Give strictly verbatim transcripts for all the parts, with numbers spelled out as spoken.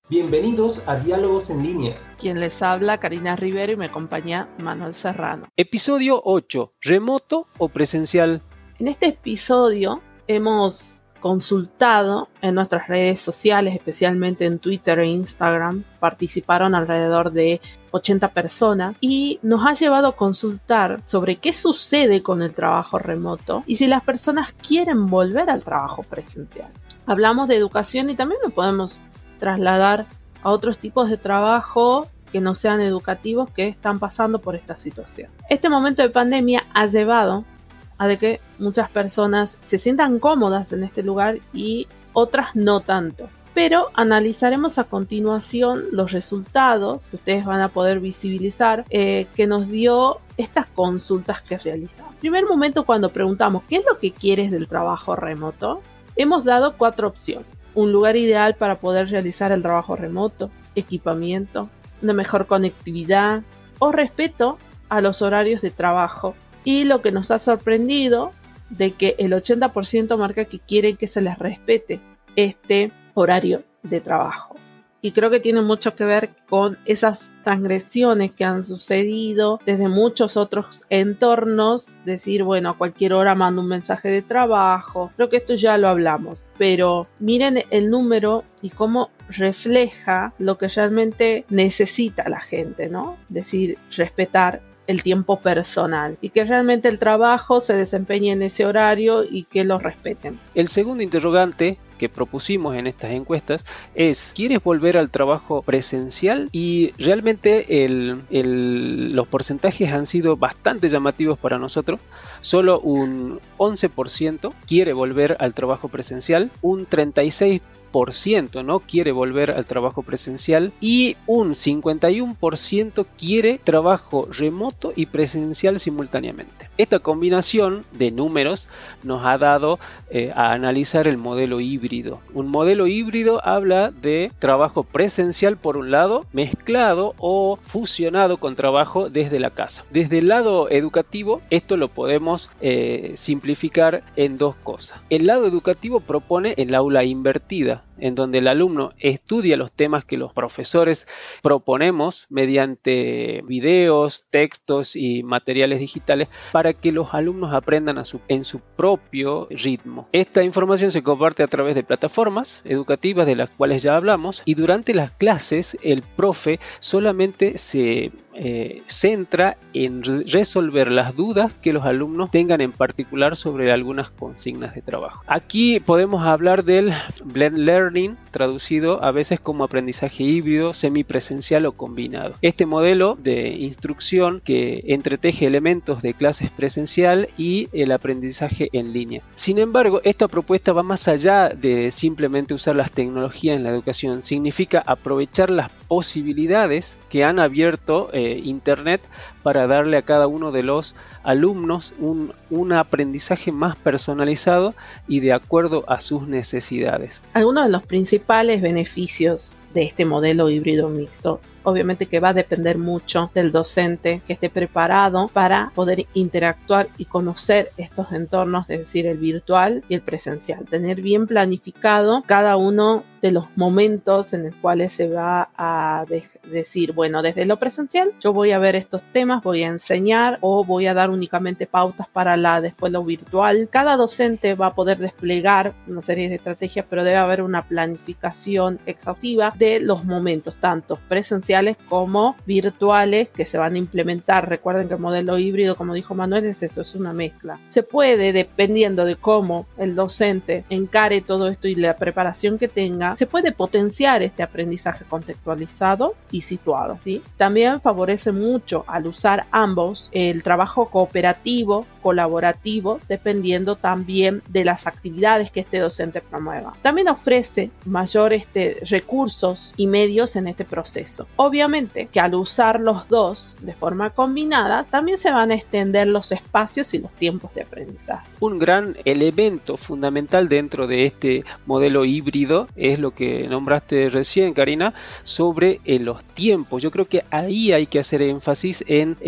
Bienvenidos a Diálogos en Línea. Quien les habla, Karina Rivero, y me acompaña Manuel Serrano. Episodio ocho. ¿Remoto o presencial? En este episodio hemos consultado en nuestras redes sociales, especialmente en Twitter e Instagram. Participaron alrededor de ochenta personas y nos ha llevado a consultar sobre qué sucede con el trabajo remoto y si las personas quieren volver al trabajo presencial. Hablamos de educación y también lo podemos trasladar a otros tipos de trabajo que no sean educativos que están pasando por esta situación. Este momento de pandemia ha llevado a de que muchas personas se sientan cómodas en este lugar y otras no tanto. Pero analizaremos a continuación los resultados que ustedes van a poder visibilizar eh, que nos dio estas consultas que realizamos. Primer momento, cuando preguntamos ¿qué es lo que quieres del trabajo remoto? Hemos dado cuatro opciones. Un lugar ideal para poder realizar el trabajo remoto, equipamiento, una mejor conectividad o respeto a los horarios de trabajo. Y lo que nos ha sorprendido de que el ochenta por ciento marca que quieren que se les respete este horario de trabajo. Y creo que tiene mucho que ver con esas transgresiones que han sucedido desde muchos otros entornos. Decir, bueno, a cualquier hora mando un mensaje de trabajo. Creo que esto ya lo hablamos. Pero miren el número y cómo refleja lo que realmente necesita la gente, ¿no? Decir, respetar el tiempo personal y que realmente el trabajo se desempeñe en ese horario y que lo respeten. El segundo interrogante que propusimos en estas encuestas es: ¿quieres volver al trabajo presencial? Y realmente el, el, los porcentajes han sido bastante llamativos para nosotros. Solo un once por ciento quiere volver al trabajo presencial, un treinta y seis por ciento no quiere volver al trabajo presencial y un cincuenta y uno por ciento quiere trabajo remoto y presencial simultáneamente. Esta combinación de números nos ha dado eh, a analizar el modelo híbrido. Un modelo híbrido habla de trabajo presencial por un lado, mezclado o fusionado con trabajo desde la casa. Desde el lado educativo, esto lo podemos eh, simplificar en dos cosas. El lado educativo propone el aula invertida, en donde el alumno estudia los temas que los profesores proponemos mediante videos, textos y materiales digitales para que los alumnos aprendan a su, en su propio ritmo. Esta información se comparte a través de plataformas educativas de las cuales ya hablamos, y durante las clases el profe solamente se eh, centra en re- resolver las dudas que los alumnos tengan en particular sobre algunas consignas de trabajo. Aquí podemos hablar del blend learning, traducido a veces como aprendizaje híbrido, semipresencial o combinado. Este modelo de instrucción que entreteje elementos de clases presencial y el aprendizaje en línea. Sin embargo, esta propuesta va más allá de simplemente usar las tecnologías en la educación. Significa aprovechar las posibilidades que han abierto eh, Internet para darle a cada uno de los alumnos un, un aprendizaje más personalizado y de acuerdo a sus necesidades. Algunos de los principales beneficios de este modelo híbrido mixto, obviamente que va a depender mucho del docente que esté preparado para poder interactuar y conocer estos entornos, es decir, el virtual y el presencial. Tener bien planificado cada uno de los momentos en los cuales se va a de- decir, bueno, desde lo presencial yo voy a ver estos temas, voy a enseñar o voy a dar únicamente pautas para la después lo virtual. Cada docente va a poder desplegar una serie de estrategias, pero debe haber una planificación exhaustiva de los momentos, tanto presenciales como virtuales, que se van a implementar. Recuerden que el modelo híbrido, como dijo Manuel, es eso, es una mezcla. Se puede, dependiendo de cómo el docente encare todo esto y la preparación que tenga, se puede potenciar este aprendizaje contextualizado y situado, ¿sí? También favorece mucho al usar ambos el trabajo cooperativo, colaborativo, dependiendo también de las actividades que este docente promueva. También ofrece mayor este, recursos y medios en este proceso. Obviamente que al usar los dos de forma combinada, también se van a extender los espacios y los tiempos de aprendizaje. Un gran elemento fundamental dentro de este modelo híbrido es lo que nombraste recién, Karina, sobre eh, los tiempos. Yo creo que ahí hay que hacer énfasis en eh,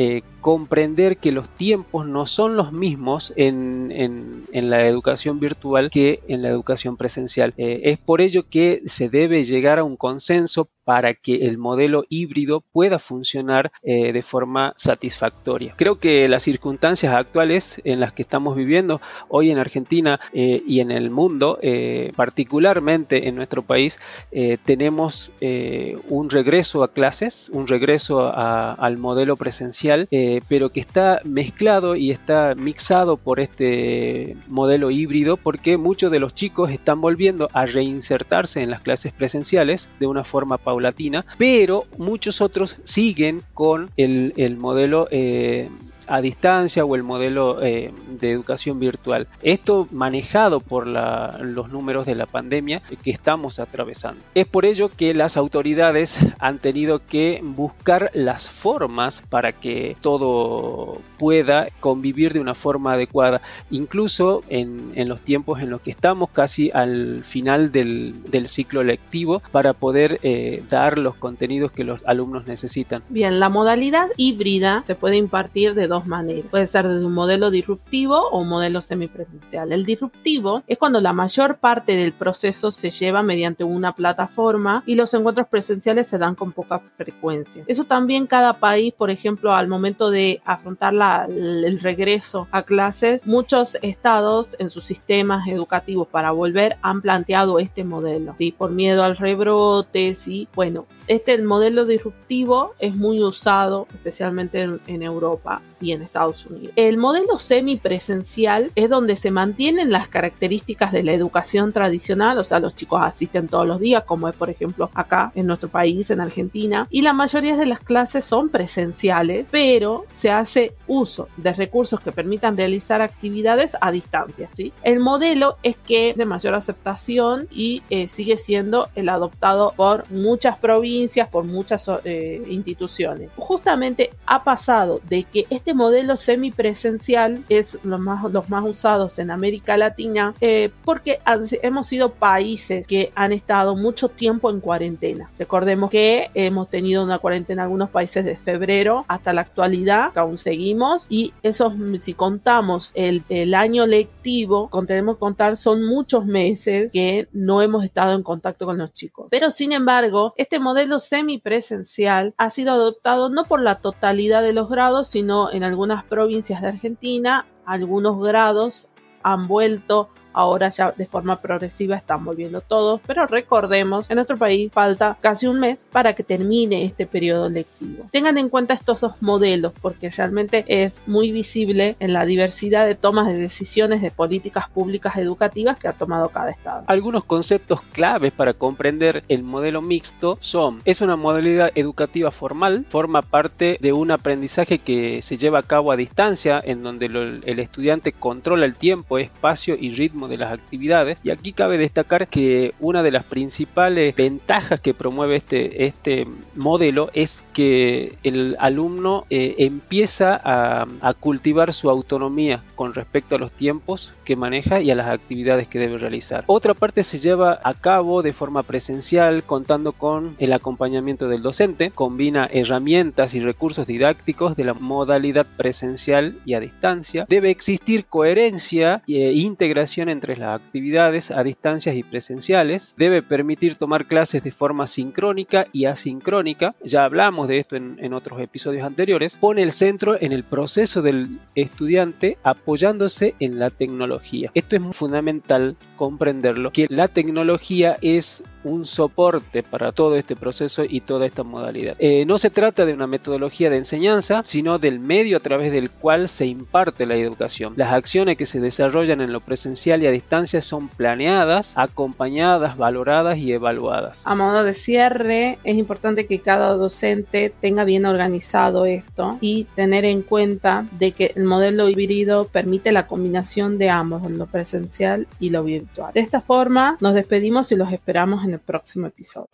comprender que los tiempos no son los mismos en, en, en la educación virtual que en la educación presencial. Eh, es por ello que se debe llegar a un consenso para que el modelo híbrido pueda funcionar eh, de forma satisfactoria. Creo que las circunstancias actuales en las que estamos viviendo hoy en Argentina eh, y en el mundo, eh, particularmente en nuestro país, eh, tenemos eh, un regreso a clases, un regreso a, al modelo presencial, eh, pero que está mezclado y está mixado por este modelo híbrido, porque muchos de los chicos están volviendo a reinsertarse en las clases presenciales de una forma paulatina, pero muchos otros siguen con el, el modelo eh, a distancia o el modelo eh, de educación virtual. Esto manejado por la, los números de la pandemia que estamos atravesando. Es por ello que las autoridades han tenido que buscar las formas para que todo pueda convivir de una forma adecuada, incluso en, en los tiempos en los que estamos casi al final del, del ciclo lectivo, para poder eh, dar los contenidos que los alumnos necesitan. Bien, la modalidad híbrida se puede impartir de dos maneras. Puede ser desde un modelo disruptivo o un modelo semipresencial. El disruptivo es cuando la mayor parte del proceso se lleva mediante una plataforma y los encuentros presenciales se dan con poca frecuencia. Eso también cada país, por ejemplo, al momento de afrontar la, el regreso a clases, muchos estados en sus sistemas educativos para volver han planteado este modelo, ¿sí? Por miedo al rebrote, ¿sí? Bueno, este el modelo disruptivo es muy usado especialmente en, en Europa y en Estados Unidos. El modelo semipresencial es donde se mantienen las características de la educación tradicional, o sea, los chicos asisten todos los días, como es por ejemplo acá en nuestro país, en Argentina, y la mayoría de las clases son presenciales, pero se hace uso de recursos que permitan realizar actividades a distancia, ¿sí? El modelo es que es de mayor aceptación y eh, sigue siendo el adoptado por muchas provincias, por muchas eh, instituciones. Justamente ha pasado de que este modelo semipresencial es los más, los más usados en América Latina eh, porque han, hemos sido países que han estado mucho tiempo en cuarentena. Recordemos que hemos tenido una cuarentena en algunos países de febrero hasta la actualidad, que aún seguimos, y esos, si contamos el, el año lectivo, tenemos que contar, son muchos meses que no hemos estado en contacto con los chicos. Pero sin embargo, este modelo semipresencial ha sido adoptado no por la totalidad de los grados, sino en algunas provincias de Argentina, algunos grados han vuelto, ahora ya de forma progresiva están volviendo todos, pero recordemos, en nuestro país falta casi un mes para que termine este periodo lectivo. Tengan en cuenta estos dos modelos porque realmente es muy visible en la diversidad de tomas de decisiones de políticas públicas educativas que ha tomado cada estado. Algunos conceptos claves para comprender el modelo mixto son: es una modalidad educativa formal, forma parte de un aprendizaje que se lleva a cabo a distancia, en donde lo, el estudiante controla el tiempo, espacio y ritmo de las actividades, y aquí cabe destacar que una de las principales ventajas que promueve este, este modelo es que el alumno eh, empieza a, a cultivar su autonomía con respecto a los tiempos que maneja y a las actividades que debe realizar. Otra parte se lleva a cabo de forma presencial, contando con el acompañamiento del docente, combina herramientas y recursos didácticos de la modalidad presencial y a distancia. Debe existir coherencia e integración entre las actividades a distancias y presenciales. Debe permitir tomar clases de forma sincrónica y asincrónica. Ya hablamos de esto en, en otros episodios anteriores. Pone el centro en el proceso del estudiante apoyándose en la tecnología. Esto es fundamental comprenderlo, que la tecnología es un soporte para todo este proceso y toda esta modalidad. Eh, no se trata de una metodología de enseñanza, sino del medio a través del cual se imparte la educación. Las acciones que se desarrollan en lo presencial y a distancia son planeadas, acompañadas, valoradas y evaluadas. A modo de cierre, es importante que cada docente tenga bien organizado esto y tener en cuenta de que el modelo híbrido permite la combinación de ambos, lo presencial y lo virtual. De esta forma, nos despedimos y los esperamos en el próximo episodio.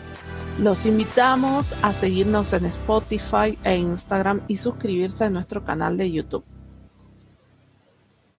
Los invitamos a seguirnos en Spotify e Instagram y suscribirse a nuestro canal de YouTube.